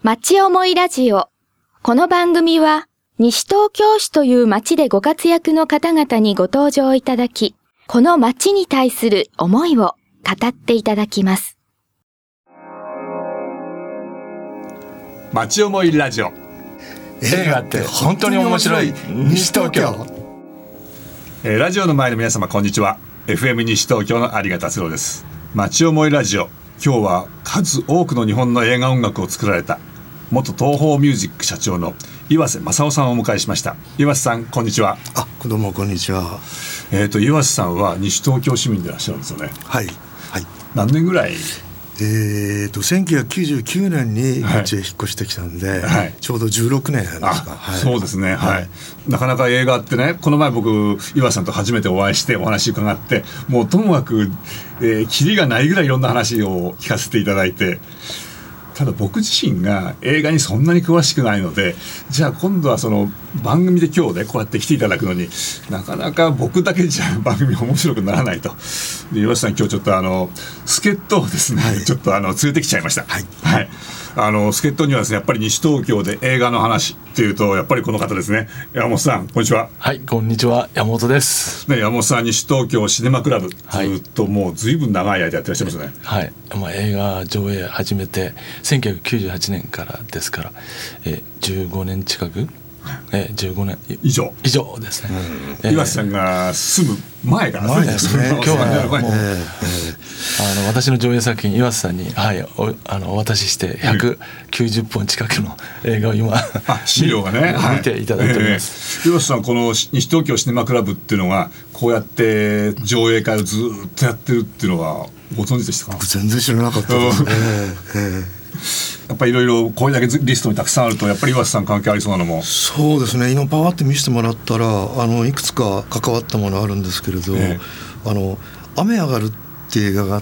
町思いラジオ。この番組は西東京市という町でご活躍の方々にご登場いただき、この町に対する思いを語っていただきます。 町思いラジオ。 映画って本当に面白い西東京。 ラジオの前の皆様こんにちは。 FM 西東京の有賀達郎です。町思いラジオ、今日は数多くの日本の映画音楽を作られた元東宝ミュージック社長の岩瀬正夫さんをお迎えしました。岩瀬さんこんにちは。 どうもこんにちは。 岩瀬さんは西東京市民でいらっしゃるんですよね。 はい、 何年ぐらい 1999年にうちへ引っ越してきたんで、ちょうど16年ですか。 そうですね、なかなか映画ってね、この前僕岩瀬さんと初めてお会いしてお話伺って、もうともかく、キリがないぐらいいろんな話を聞かせていただいて、ただ僕自身が映画にそんなに詳しくないので、じゃあ今度はその番組で今日ねこうやって来ていただくのになかなか僕だけじゃ番組面白くならないと。で岩瀬さん今日ちょっと助っ人をですね、ちょっと連れてきちゃいました。助っ人にはですね、やっぱり西東京で映画の話っていうとやっぱりこの方ですね。山本さんこんにちは。 はい、こんにちは、山本です。 山本さん西東京シネマクラブずっともうずいぶん長い間やってらっしゃいますね。 映画上映始めて1998年からですから、15年近く、15年以上ですね。 岩瀬さんが住む前からですね。今日はね、もう私の上映作品岩瀬さんに、お渡しして190本近くの映画を今資料がね見ていただいております。 岩瀬さんこの西東京シネマクラブっていうのがこうやって上映会をずっとやってるっていうのはご存知でしたか？ 全然知らなかったですね。 やっぱりいろいろこれだけリストにたくさんあるとやっぱり岩瀬さん関係ありそうなのも。 そうですね、今パワーって見せてもらったらいくつか関わったものあるんですけれど、雨上がるっていう映画があって、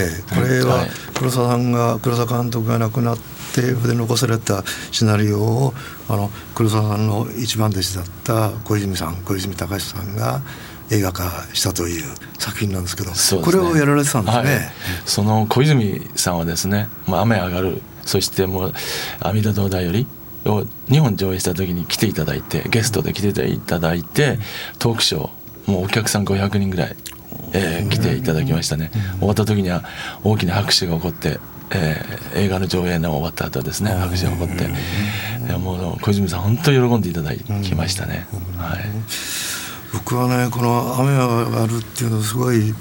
これは黒澤監督が亡くなってで残されたシナリオを黒澤さんの一番弟子だった小泉隆さんが映画化したという作品なんですけど、これをやられてたんですね。 その小泉さんはですね、雨上がる、そしてもう阿弥陀堂だよりを2本上映した時に来ていただいて、ゲストで来ていただいて、トークショーもうお客さん500人ぐらい、来ていただきましたね。終わった時には大きな拍手が起こって、映画の上映の終わった後ですね、拍手が起こって、もう小泉さん本当に喜んでいただきましたね。 僕はね、この雨が上がるっていうのすごい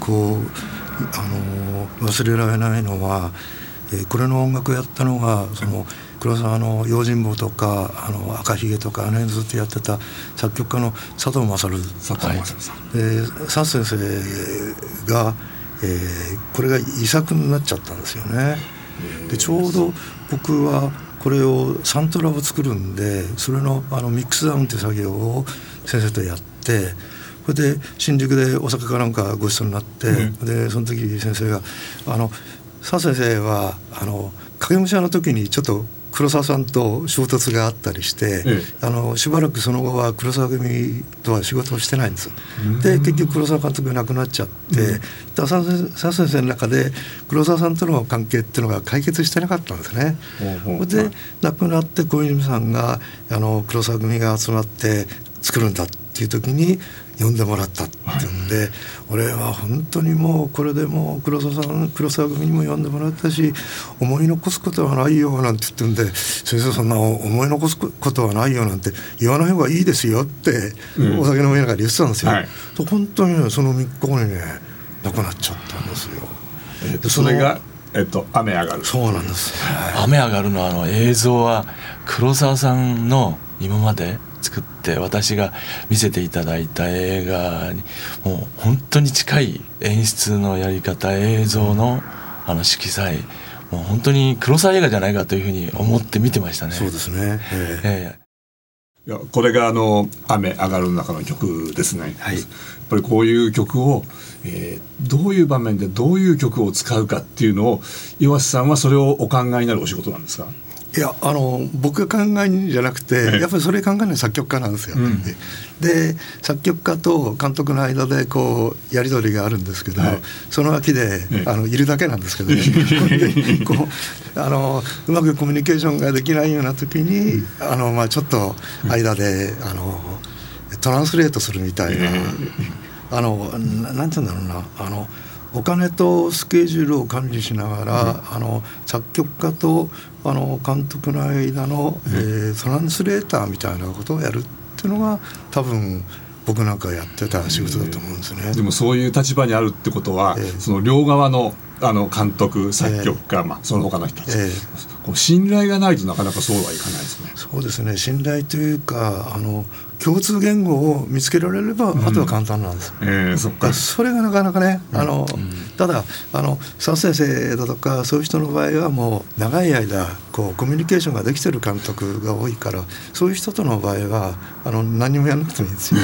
忘れられないのは、これの音楽をやったのがその黒澤の用心棒とか赤ひげとかずっとやってた作曲家の佐藤勝さんで、佐藤先生が、これが遺作になっちゃったんですよね。でちょうど僕はこれをサントラを作るんで、それのミックスダウンという作業を先生とやって、それで新宿でお酒かなんかご一緒になって、でその時先生が佐先生は影武者の時にちょっと黒澤さんと衝突があったりして、しばらくその後は黒澤組とは仕事をしてないんです。で結局黒澤監督が亡くなっちゃって、佐先生の中で黒澤さんとの関係っていうのが解決してなかったんですね。で亡くなって小泉さんが黒澤組が集まって作るんだっていう時に呼んでもらったっていうんで、俺は本当にもうこれでもう黒澤組にも呼んでもらったし、思い残すことはないよなんて言ってるんで、先生そんな思い残すことはないよなんて言わない方がいいですよって、お酒飲みながら言ってたんですよ。と本当にね、その3日後にね亡くなっちゃったんですよ。 それが雨上がる。 そうなんです。 雨上がるの映像は黒澤さんの今まで作って私が見せていただいた映画にもう本当に近い演出のやり方、映像の色彩、もう本当に黒澤映画じゃないかというふうに思って見てましたね。 そうですね。 いやこれが雨上がるの中の曲ですね。やっぱりこういう曲を、どういう場面でどういう曲を使うかっていうのを岩瀬さんはそれをお考えになるお仕事なんですか？ いや僕が考えるんじゃなくて、やっぱりそれ考えるのは作曲家なんですよ、で作曲家と監督の間でこうやり取りがあるんですけど、その脇でいるだけなんですけどねこううまくコミュニケーションができないような時にちょっと間でトランスレートするみたいな、なんて言うんだろうな、お金とスケジュールを管理しながら、作曲家と監督の間の、トランスレーターみたいなことをやるっていうのが多分僕なんかやってた仕事だと思うんですね。 でもそういう立場にあるってことは、その両側の監督作曲家、その他の人たち、こう信頼がないとなかなかそうはいかないですね。 そうですね、信頼というか共通言語を見つけられれば、あとは簡単なんです、 そっか。 それがなかなかね、ただ佐先生だとかそういう人の場合はもう長い間こうコミュニケーションができてる監督が多いから、そういう人との場合は何もやらなくてもいいんですよ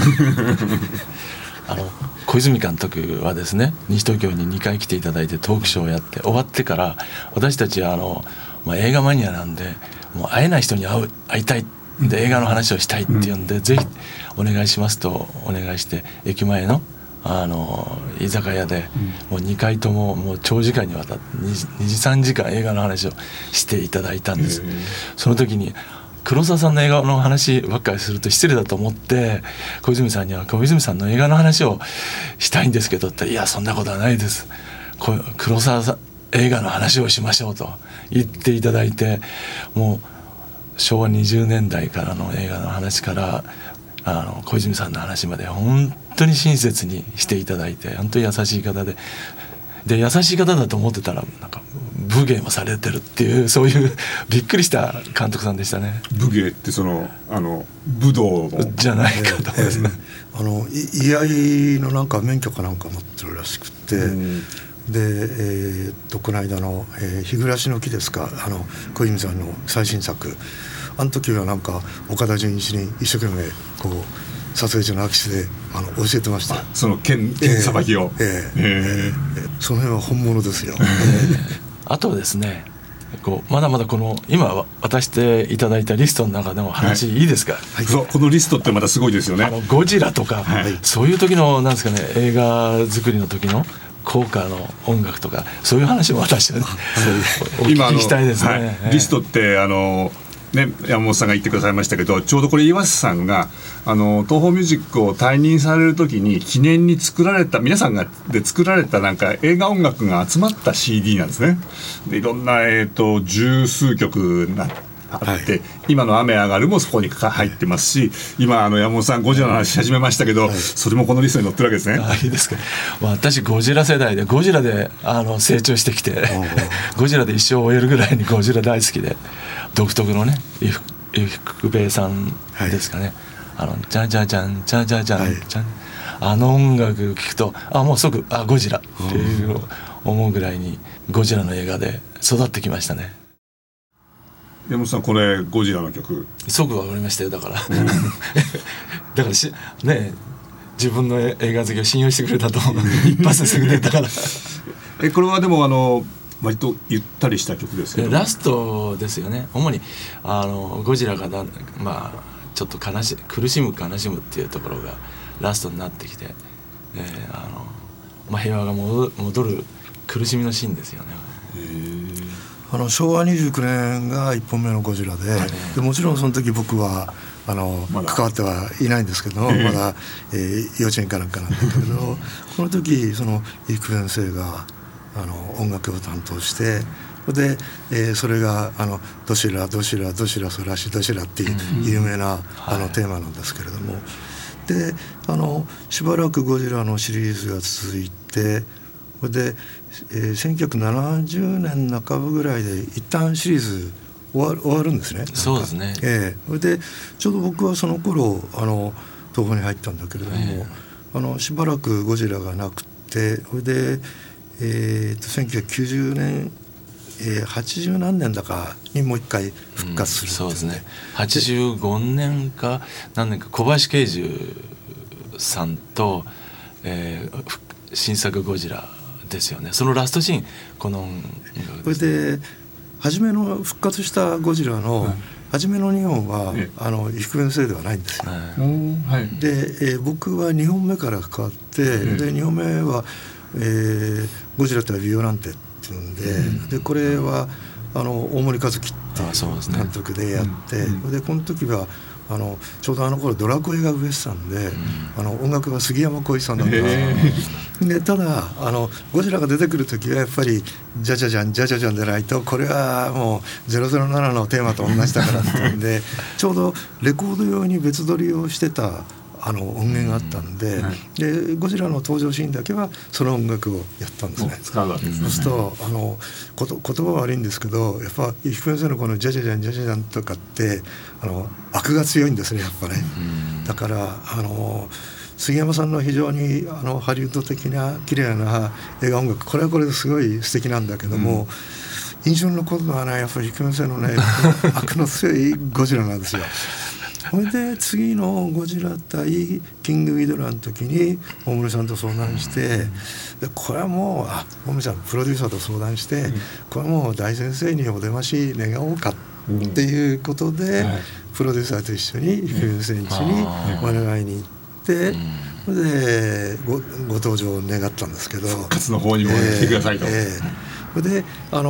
小泉監督はですね、西東京に2回来ていただいてトークショーをやって終わってから、私たちは映画マニアなんで、もう会えない人に会いたいで、映画の話をしたいっていうんで、ぜひお願いしますとお願いして、駅前の居酒屋でもう2回とももう長時間にわたって2時3時間映画の話をしていただいたんです。その時に黒沢さんの映画の話ばっかりすると失礼だと思って、小泉さんには小泉さんの映画の話をしたいんですけどって、いやそんなことはないです、黒沢さん映画の話をしましょうと言っていただいて、もう昭和20年代からの映画の話から小泉さんの話まで本当に親切にしていただいて、本当に優しい方で優しい方だと思ってたら、なんか武芸もされてるっていう、そういうびっくりした監督さんでしたね。 武芸って武道じゃないかと思いますね。 居合のなんか免許かなんか持ってるらしくて、で、この間の日暮らしの木ですか、小泉さんの最新作、あの時はなんか岡田准一に一生懸命こう撮影所の空き地で教えてました。 その剣さばきを、 その辺は本物ですよあとですね、まだまだ今渡していただいたリストの中でも話、いいですか？ このリストってまたすごいですよね。 ゴジラとか、そういう時のなんですかね、映画作りの時の効果の音楽とか、そういう話も私はね、お聞きしたいですね。 リストって山本さんが言ってくださいましたけど、ちょうどこれ岩瀬さんが東宝ミュージックを退任される時に記念に作られた、皆さんで作られたなんか映画音楽が集まった CD なんですね。でいろんな十数曲あって、今の雨上がるもそこに入ってますし、今山本さんゴジラの話し始めましたけど、それもこのリストに載ってるわけですね。 いいですか。私ゴジラ世代で、ゴジラで成長してきてゴジラで一生を終えるぐらいにゴジラ大好きで、独特のね、伊福部さんですかね、じゃんじゃじゃんじゃじゃじゃんじゃん、音楽聴くともう即ゴジラっていう思うぐらいにゴジラの映画で育ってきましたね。 山本さん、これゴジラの曲即分かりましたよ。だからだからね、自分の映画好きを信用してくれたと一発ですぐ出たからこれはでも割とゆったりした曲ですけど、 ラストですよね。主にゴジラがちょっと苦しむっていうところがラストになってきて、平和が戻る苦しみのシーンですよね。 昭和29年が1本目のゴジラ でもちろんその時僕は関わってはいないんですけど、まだ、幼稚園かなんかなんだけれどこの時その伊福先生が音楽を担当して、で、それがドシラドシラドシラソラシドシラっていう有名なテーマなんですけれども、でしばらくゴジラのシリーズが続いて、で、1970年半ばぐらいで一旦シリーズ終わるんですね。 そうですね。 でちょうど僕はその頃東宝に入ったんだけれども、しばらくゴジラがなくて、で、1990年、80何年だかにもう一回復活する、 そうですね。85年か何年か小林慶十さんと、新作ゴジラですよね。そのラストシーン、このそれで初めの復活したゴジラの初めの2本は低めのせいではないんですよ。で、僕は2本目から関わって、で2本目は、ゴジラ対ビオランテっていうんで、でこれは大森和樹っていう監督でやって、でこの時はちょうど頃ドラクエが増えてたんで、音楽は杉山浩一さんだったんですで、ただゴジラが出てくる時はやっぱりジャジャジャンジャジャジャンでないと、これはもう007のテーマと同じだからっていうんでちょうどレコード用に別撮りをしてた音源があったんで、でゴジラの登場シーンだけはその音楽をやったんですね。 使うわけですね。 そうすると言葉は悪いんですけど、やっぱ伊福先生のこのジャジャジャンジャジャジャンとかって悪が強いんですね、やっぱね。だから杉山さんの非常にハリウッド的な綺麗な映画音楽、これはこれですごい素敵なんだけども、印象に残るのはね、やっぱり伊福先生のね悪の強いゴジラなんですよ。それで次のゴジラ対キングギドラの時に大森さんと相談して、でこれはもう大森さんプロデューサーと相談して、これはもう大先生にお出まし願おうかっていうことで、プロデューサーと一緒に伊福先生家にお願いに行って、で ご登場を願ったんですけど、 復活の方にも来てくださいと。 で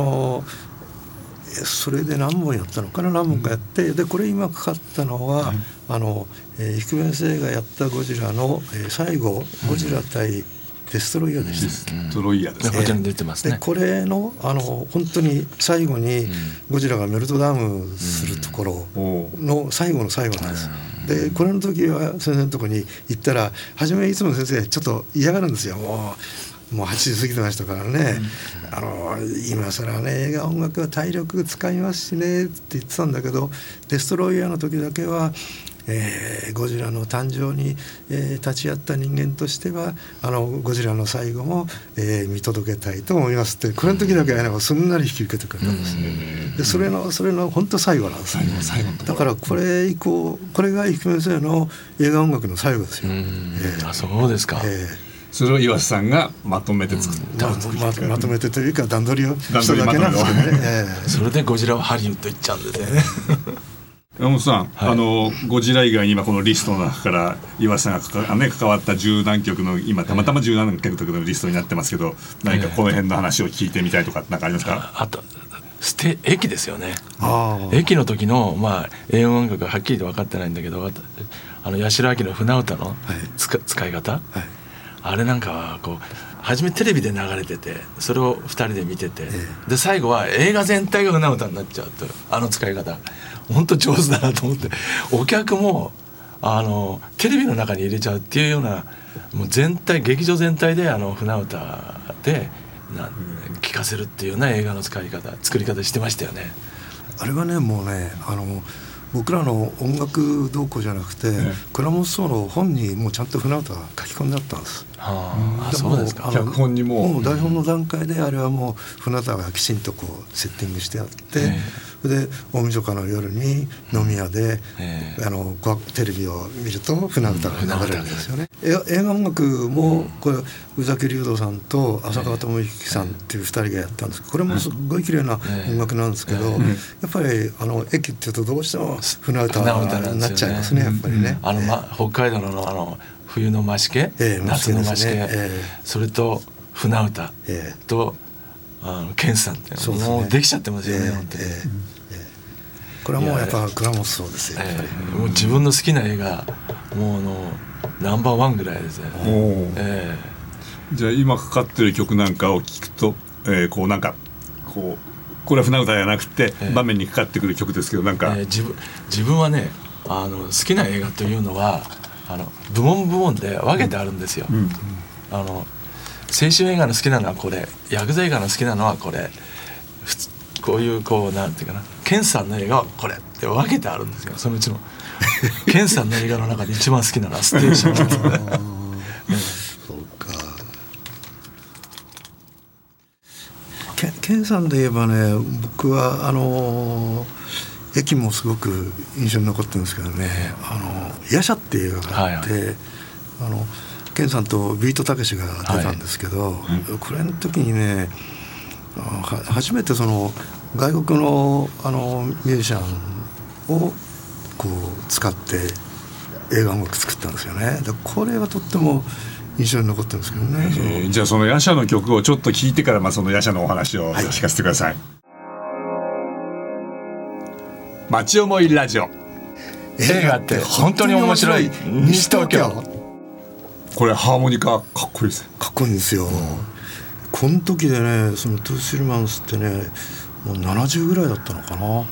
それで何本やったのかな、何本かやって、でこれ今かかったのは伊福先生がやったゴジラの、最後ゴジラ対デストロイヤーでした。 デストロイヤーですね。 こちらに出てますね。 でこれの本当に最後にゴジラがメルトダウンするところの最後の最後なんです。でこれの時は先生のところに行ったら、初めいつも先生ちょっと嫌がるんですよ。もう8時過ぎてましたからね、今更ね映画音楽は体力使いますしねって言ってたんだけど、デストロイヤーの時だけは、ゴジラの誕生に、立ち会った人間としてはゴジラの最後も、見届けたいと思いますって、これの時だけは、ね、すんなり引き受けてくれたんです。でそれの本当最後なんです。だからこれ以降、これが伊福先生の映画音楽の最後ですよ。 そうですか。 それを岩瀬さんがまとめて作った、 まとめてというか段取りをしただけなんですけどね。 それでゴジラはハリウッド行っちゃうんですね。 山本さん、ゴジラ以外に今このリストの中から岩瀬さんが関わった十何曲の今たまたま十何曲のリストになってますけど、何かこの辺の話を聞いてみたいとか何かありますか？ あと駅ですよね。駅の時の映画音楽がはっきりと分かってないんだけど、八代亜紀の船歌の使い方、あれなんかはこう初めテレビで流れてて、それを2人で見てて、で最後は映画全体が船歌になっちゃうと、使い方本当上手だなと思って、お客もテレビの中に入れちゃうっていうような、もう劇場全体で船歌で聴かせるっていうような映画の作り方してましたよね。 あれはね、もうね僕らの音楽動向じゃなくて、倉本壮の本にもうちゃんと船歌が書き込んであったんです。 そうですか。 脚本にもう台本の段階であれはもう船歌がきちんとこうセッティングしてあって、で大晦日の夜に飲み屋で、テレビを見ると船歌が流れるんですよね。映画音楽もこれ宇崎竜童さんと浅川智之さんっていう2人がやったんですけど、これもすごい綺麗な音楽なんですけど、やっぱり駅っていうとどうしても船歌になっちゃいますね、やっぱりね。 北海道の冬の増し家、夏の増し家、それと船歌と健さんってもうできちゃってますよね、本当に。 これはもうやっぱ倉本壮ですよ、 もう自分の好きな映画もうナンバーワンぐらいですね。 じゃあ今かかってる曲なんかを聞くと、これは船歌じゃなくて場面にかかってくる曲ですけど、なんか、 自分はね好きな映画というのは部門で分けてあるんですよ。青春映画の好きなのはこれ、ヤクザ映画の好きなのはこれ、こういうなんていうかな、健さんの映画はこれって分けてあるんですよ。そのうちの健さんの映画の中で一番好きなのはステーションそうか。健さんで言えばね、僕は駅もすごく印象に残ってるんですけどね、夜叉っていう映画があって、健さんとビートたけしが出たんですけど、これの時にね、初めて外国のミュージシャンをこう使って映画音楽作ったんですよね。でこれはとっても印象に残ってるんですけどね。 じゃあその夜叉の曲をちょっと聴いてから、その夜叉のお話を聞かせてください。町思いラジオ。 映画って本当に面白い西東京。 これハーモニカかっこいいですね。 かっこいいんですよ。この時でね、そのトゥースリーマンスってねもう70ぐらいだったのかな。 お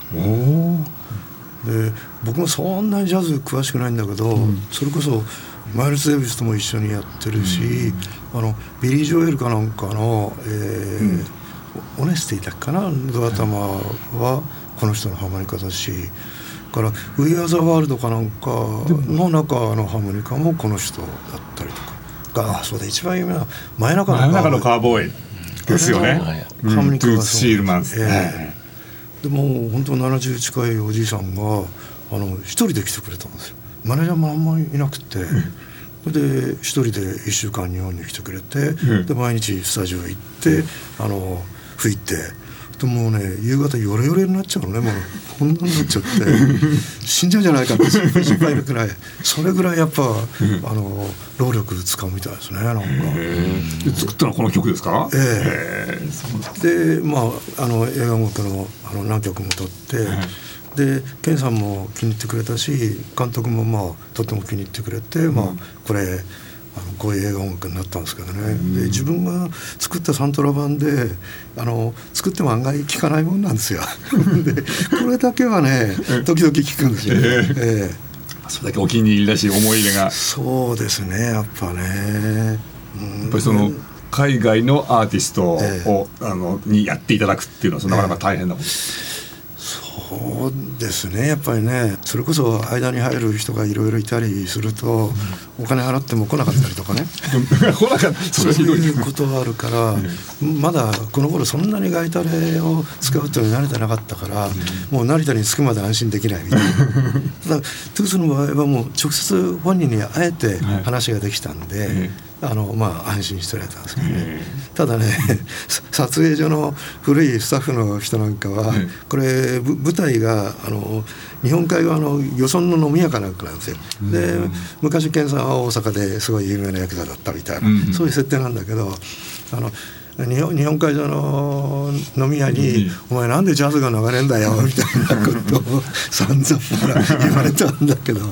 で僕もそんなにジャズ詳しくないんだけど、それこそマイルス・デイビスとも一緒にやってるし、ビリー・ジョエルかなんかの、オネスティだっけかな、ドア玉はこの人のハーモニカだし、から「We Are the World」かなんかの中のハーモニカもこの人だったりとか、そうだ、一番有名な真夜中のカーボーイですよね。 ハーモニカがトゥースリーマンス。 でも本当70近いおじいさんが一人で来てくれたんですよ。マネージャーもあんまりいなくて、で一人で1週間日本に来てくれて、で毎日スタジオ行って吹いて、でもうね夕方ヨレヨレになっちゃうのね、もうこんなになっちゃって死んじゃうんじゃないかって心配なくらい、それぐらいやっぱ労力使うみたいですね。なんか作ったのはこの曲ですか？ で映画音楽の何曲も撮って、でケンさんも気に入ってくれたし、監督もとっても気に入ってくれて、これこういう映画音楽になったんですけどね。で自分が作ったサントラ版で作っても案外聴かないもんなんですよでこれだけはね時々聴くんですよね。 それだけお気に入りだし思い入れが。 そうですね、やっぱね、 やっぱりその海外のアーティストを、にやっていただくっていうのはなかなか大変なこと。 そうですね、やっぱりね、それこそ間に入る人がいろいろいたりすると、お金払っても来なかったりとかねそういうことがあるから、まだこの頃そんなにガイタレを使うというのに慣れてなかったから、もう成田に着くまで安心できないみたいなただトゥースの場合はもう直接本人に会えて話ができたんで、安心してられたんですけどね。ただね撮影所の古いスタッフの人なんかは、これ舞台が日本海側の漁村の飲み屋かなんかなんですよ。で昔健さんは大阪ですごい有名なヤクザだったみたいな、そういう設定なんだけど、日本海上の飲み屋に「お前なんでジャズが流れんだよ」みたいなことを散々言われたんだけど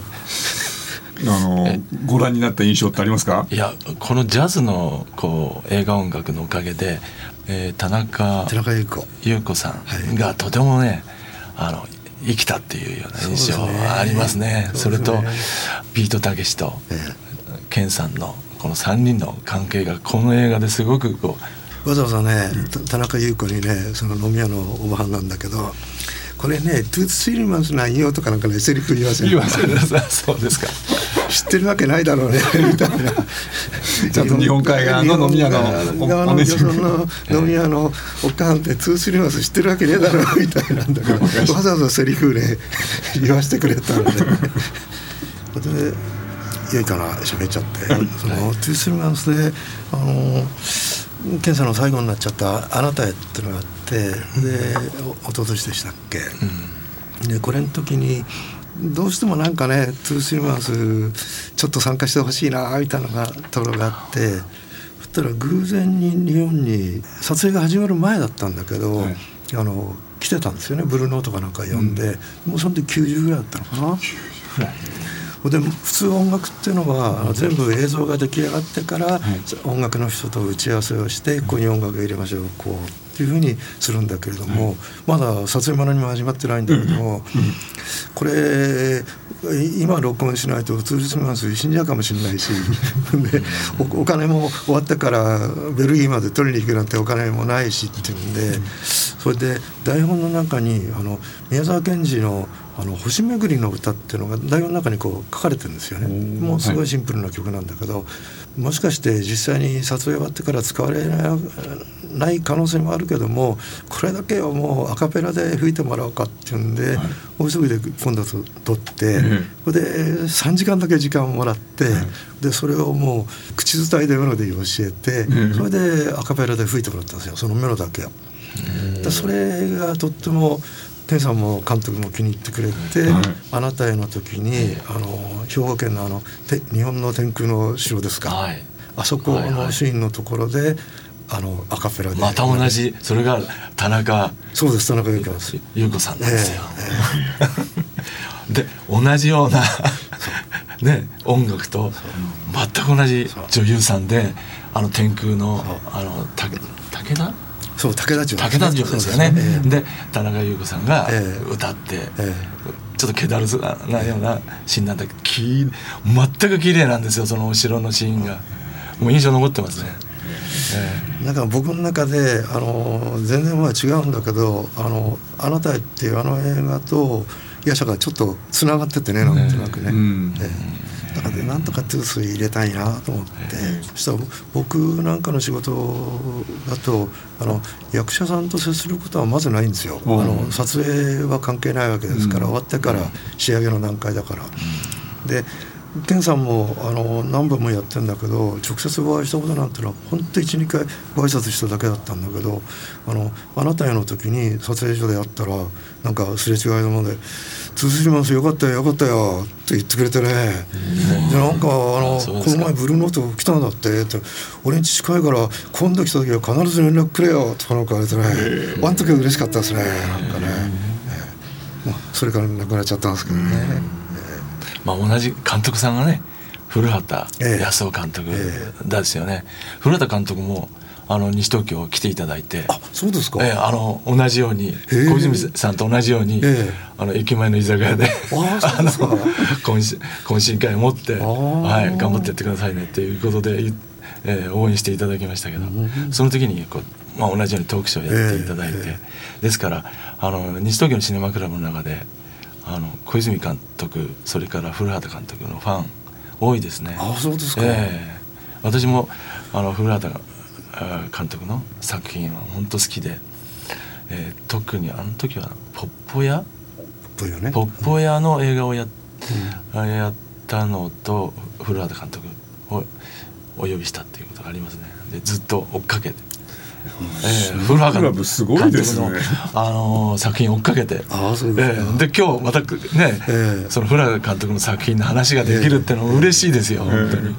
ご覧になった印象ってありますか？ いや、このジャズの映画音楽のおかげで、田中優子さんがとてもね、生きたっていうような印象はありますね。それとビートたけしと健さんのこの3人の関係がこの映画ですごくわざわざね、田中優子にね、その飲み屋のおばはんなんだけど、これねトゥースリーマンスなんよとかなんかねセリフ言わせるそうですか知ってるわけないだろうねみたいなちゃんと日本海側の飲み屋の漁村の飲み屋のおかんってトゥースリーマンス知ってるわけねえだろうみたいなんだけどわざわざセリフね言わせてくれたのでで良いかな喋っちゃって、そのトゥースリーマンスで健さんの最後になっちゃった「あなたへ」っていうのがあって、で一昨年でしたっけ、でこれの時にどうしてもなんかねトゥースリーマンスちょっと参加してほしいなみたいなところがあって、そしたら偶然に日本に撮影が始まる前だったんだけど、来てたんですよね、ブルーノートかなんか呼んで、もうその時90ぐらいだったのかな。で普通音楽っていうのは全部映像が出来上がってから音楽の人と打ち合わせをして、ここに音楽入れましょうこうっていうふうにするんだけれども、まだ撮影も何も始まってないんだけども、これ今録音しないとトゥースリーマンス死んじゃうかもしれないしで お金も終わってからベルギーまで取りに行くなんてお金もないしっていうんで、それで台本の中に宮沢賢治の星めぐりの歌っていうのが台本の中に書かれてるんですよね。もうすごいシンプルな曲なんだけど、もしかして実際に撮影終わってから使われない可能性もあるけども、これだけはもうアカペラで吹いてもらおうかっていうんで、大急ぎで今度撮って、それで3時間だけ時間をもらって、でそれをもう口伝えでメロディーを教えて、それでアカペラで吹いてもらったんですよ、そのメロだけを。 でそれがとっても健さんも監督も気に入ってくれて、あなたへの時に兵庫県の日本の天空の城ですか、あそこのシーンのところでアカペラでまた同じ、それが田中そうです、田中優子さんなんですよ、で同じようなね、音楽と全く同じ女優さんで天空の武田そう武田城ですよね。で田中優子さんが歌って、ちょっと気だるなようなシーンなんだけど全く綺麗なんですよ、その後ろのシーンが。もう印象残ってますね。 なんか僕の中で全然違うんだけどあなたへっていう映画と夜叉がちょっとつながっててね、なんとなくね、だからなんとかトゥース入れたいなと思って、そしたら僕なんかの仕事だと役者さんと接することはまずないんですよ。撮影は関係ないわけですから、終わってから仕上げの段階だから、で健さんも何本もやってんだけど直接お会いしたことなんてのは本当1、2回ご挨拶しただけだったんだけど、あなたへの時に撮影所で会ったらなんかすれ違いのもので「ツースリーマンスよかったよよかったよ」って言ってくれてね、でなんかこの前ブルーノート来たんだって俺ん家近いから今度来た時は必ず連絡くれよとかなんか言われてね、あの時は嬉しかったですね。なんかね、それから亡くなっちゃったんですけどね。 同じ監督さんがね、古畑康夫監督ですよね。古畑監督も西東京来ていただいて、 そうですか。 同じように小泉さんと同じように、駅前の居酒屋で懇親会を持って、頑張ってやってくださいねっていうことで、応援していただきましたけど、その時に同じようにトークショーやっていただいて、ですから西東京のシネマクラブの中で小泉監督、それから古畑監督のファン多いですね。 そうですか。 私も古畑監督の作品は本当好きで、特に時はポッポ屋の映画をやったのと古畑監督をお呼びしたっていうことがありますね。でずっと追っかけて古畑監督の作品を追っかけて、で今日またね、その古畑監督の作品の話ができるってのも嬉しいですよ、本当に。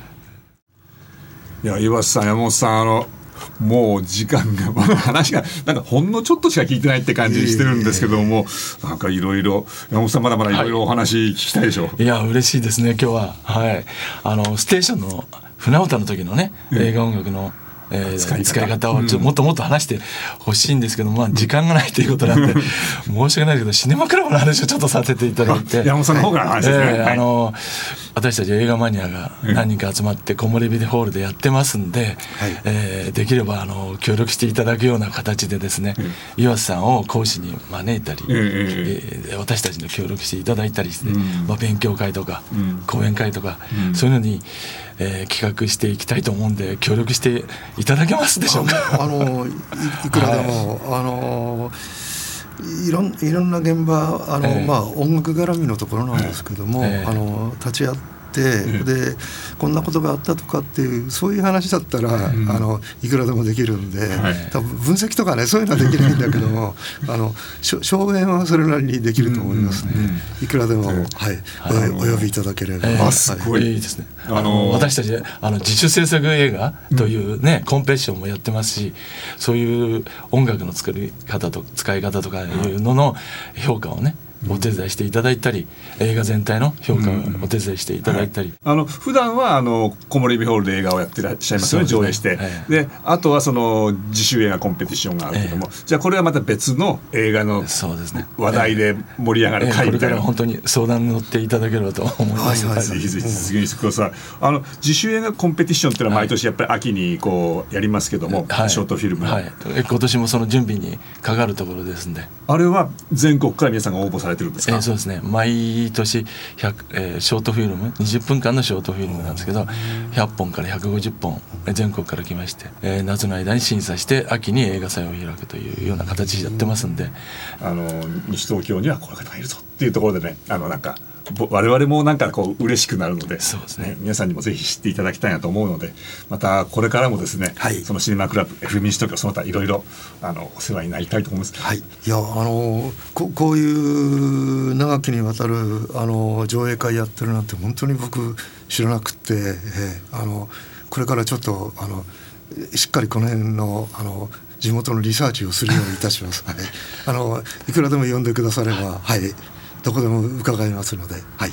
いや岩瀬さん、山本さん、もう時間が話がなんかほんのちょっとしか聞いてないって感じしてるんですけども、なんかいろいろ山本さんまだまだいろいろお話聞きたいでしょ。 いや嬉しいですね今日は。ステーションの船歌の時のね、映画音楽の使い方をもっともっと話してほしいんですけど、時間がないということなんで申し訳ないけどシネマクラブの話をちょっとさせていただいて、 山本さんの方から話ですね。 私たち映画マニアが何人か集まって木漏れ日ホールでやってますんで、できれば協力していただくような形でですね、岩瀬さんを講師に招いたり、私たちの協力していただいたりして、勉強会とか、講演会とか、そういうのに企画していきたいと思うんで協力していただけますでしょうか。 いくらでも、いろんな現場音楽絡みのところなんですけども、立ち会ってでこんなことがあったとかっていうそういう話だったら、いくらでもできるんで、多分分析とかねそういうのはできないんだけども証言はそれなりにできると思いますね。いくらでも、お呼びいただければ、 すごいいいですね。私たち自主制作映画というね、コンペティションもやってますし、そういう音楽の作り方と使い方とかいうのの評価をねお手伝いしていただいたり、映画全体の評価をお手伝いしていただいたり、 普段は木漏れ日ホールで映画をやってらっしゃいますよね、上映して、であとはその自主映画コンペティションがあるけども、じゃあこれはまた別の映画の話題で盛り上がる会みたいな、これから本当に相談に乗っていただければと思います。 ぜひぜひ実現してください。自主映画コンペティションっていうのは毎年やっぱり秋にこうやりますけども、ショートフィルム、 今年もその準備にかかるところですんで、 あれは全国から皆さんが応募されてるんですか？ そうですね、毎年ショートフィルム20分間のショートフィルムなんですけど、100本から150本全国から来まして、夏の間に審査して秋に映画祭を開くというような形でやってますんで、 西東京にはこの方がいるぞっていうところでね、なんか我々もなんかこう嬉しくなるので、 そうですね、 皆さんにもぜひ知っていただきたいなと思うので、またこれからもですね、 はい、 そのシネマクラブ FM 西東京その他いろいろお世話になりたいと思います。 はい、いやこういう長きにわたる上映会やってるなんて本当に僕知らなくて、これからちょっとしっかりこの辺の地元のリサーチをするようにいたします。はい、いくらでも呼んでくだされば、はい、どこでも伺いますので、はい。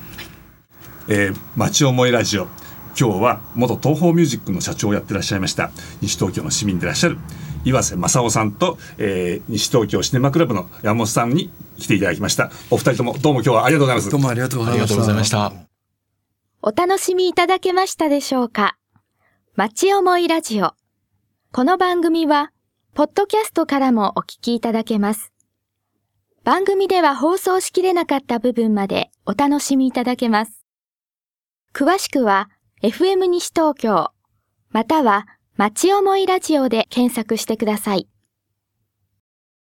町思いラジオ、今日は元東宝ミュージックの社長をやってらっしゃいました西東京の市民でいらっしゃる岩瀬正夫さんと、西東京シネマクラブの山本さんに来ていただきました。お二人ともどうも今日はありがとうございます。 どうもありがとうございました。 お楽しみいただけましたでしょうか。町思いラジオ。この番組はポッドキャストからもお聞きいただけます。番組では放送しきれなかった部分までお楽しみいただけます。詳しくは FM 西東京または町思いラジオで検索してください。